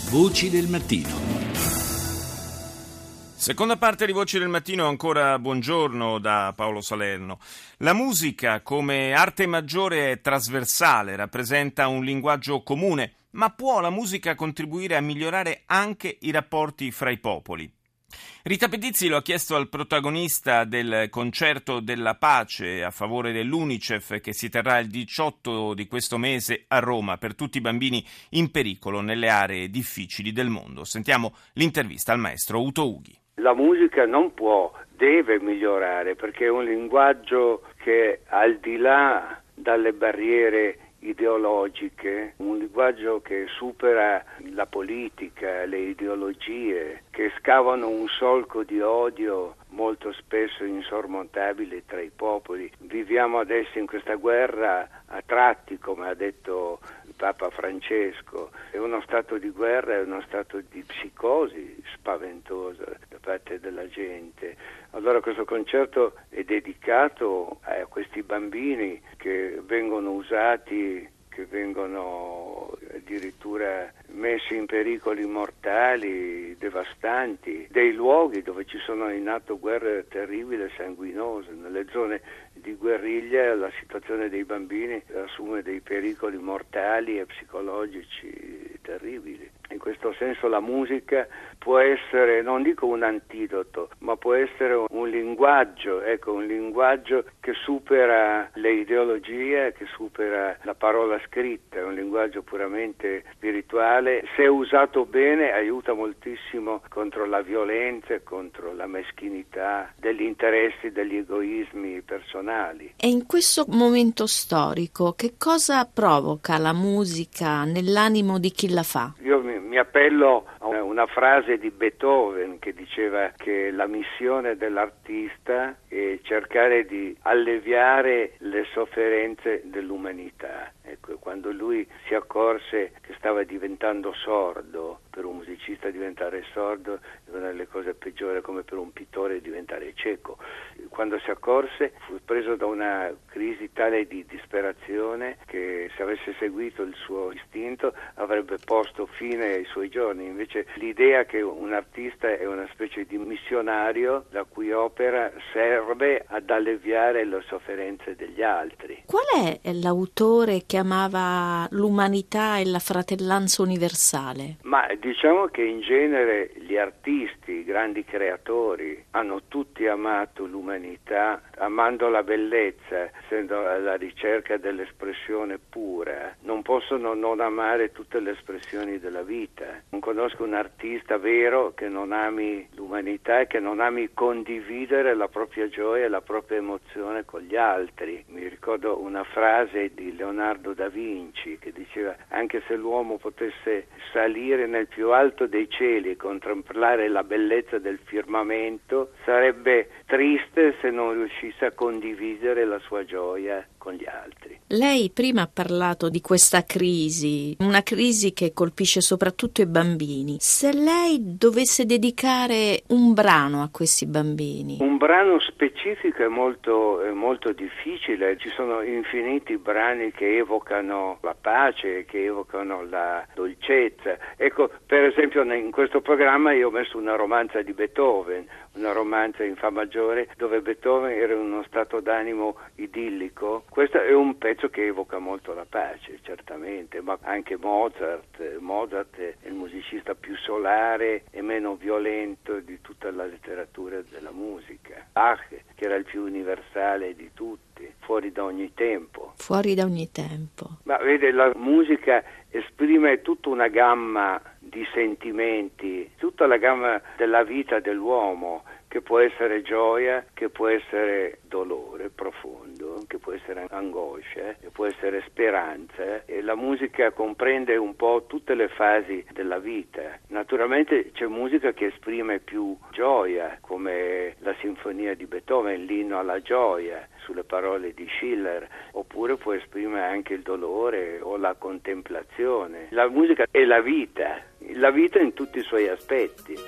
Voci del mattino. Seconda parte di Voci del Mattino, ancora buongiorno da Paolo Salerno. La musica come arte maggiore è trasversale, rappresenta un linguaggio comune, ma può la musica contribuire a migliorare anche i rapporti fra i popoli? Rita Pedizzi lo ha chiesto al protagonista del concerto della pace a favore dell'UNICEF che si terrà il 18 di questo mese a Roma per tutti i bambini in pericolo nelle aree difficili del mondo. Sentiamo l'intervista al maestro Uto Ughi. La musica non può, deve migliorare perché è un linguaggio che al di là dalle barriere ideologiche, un linguaggio che supera la politica, le ideologie, che scavano un solco di odio molto spesso insormontabile tra i popoli. Viviamo adesso in questa guerra a tratti, come ha detto il Papa Francesco. È uno stato di guerra, è uno stato di psicosi spaventosa da parte della gente. Allora questo concerto è dedicato a questi bambini che vengono usati, che vengono addirittura messi in pericoli mortali, devastanti, dei luoghi dove ci sono in atto guerre terribili e sanguinose. Nelle zone di guerriglia la situazione dei bambini assume dei pericoli mortali e psicologici terribili. In questo senso la musica può essere, non dico un antidoto, ma può essere un linguaggio, un linguaggio che supera le ideologie, che supera la parola scritta, è un linguaggio puramente spirituale. Se usato bene aiuta moltissimo contro la violenza, contro la meschinità degli interessi, degli egoismi personali. E in questo momento storico che cosa provoca la musica nell'animo di chi la fa? Io mi appello a una frase di Beethoven che diceva che la missione dell'artista è cercare di alleviare le sofferenze dell'umanità. Ecco, quando lui si accorse che stava diventando sordo, per un musicista diventare sordo è una delle cose peggiori, come per un pittore diventare cieco. Quando si accorse fu preso da una crisi tale di disperazione che se avesse seguito il suo istinto avrebbe posto fine ai suoi giorni. Invece l'idea che un artista è una specie di missionario la cui opera serve ad alleviare le sofferenze degli altri. Qual è l'autore che amava l'umanità e la fratellanza universale? Ma diciamo che in genere gli artisti, i grandi creatori, hanno tutti amato l'umanità, amando la bellezza, essendo alla ricerca dell'espressione pura. Non possono non amare tutte le espressioni della vita. Non conosco un artista vero che non ami l'umanità e che non ami condividere la propria gioia e la propria emozione con gli altri. Mi ricordo una frase di Leonardo da Vinci che diceva: anche se l'uomo potesse salire nel più alto dei cieli e contemplare la bellezza del firmamento, sarebbe triste se non riuscisse a condividere la sua gioia con gli altri. Lei prima ha parlato di questa crisi, una crisi che colpisce soprattutto i bambini. Se lei dovesse dedicare un brano a questi bambini? Un brano specifico è molto difficile. Ci sono infiniti brani che evocano la pace, che evocano la dolcezza. Ecco, per esempio in questo programma io ho messo una romanza di Beethoven, una romanza in fa maggiore dove Beethoven era in uno stato d'animo idillico. Questo è un pezzo che evoca molto la pace, certamente, ma anche Mozart. Mozart è il musicista più solare e meno violento di tutta la letteratura della musica. Bach, che era il più universale di tutti, fuori da ogni tempo. Fuori da ogni tempo. Ma vede, la musica esprime tutta una gamma di sentimenti, tutta la gamma della vita dell'uomo, che può essere gioia, che può essere dolore profondo, che può essere angoscia, che può essere speranza. E la musica comprende un po' tutte le fasi della vita. Naturalmente c'è musica che esprime più gioia, come la sinfonia di Beethoven, l'inno alla gioia, sulle parole di Schiller, oppure può esprimere anche il dolore o la contemplazione. La musica è la vita in tutti i suoi aspetti.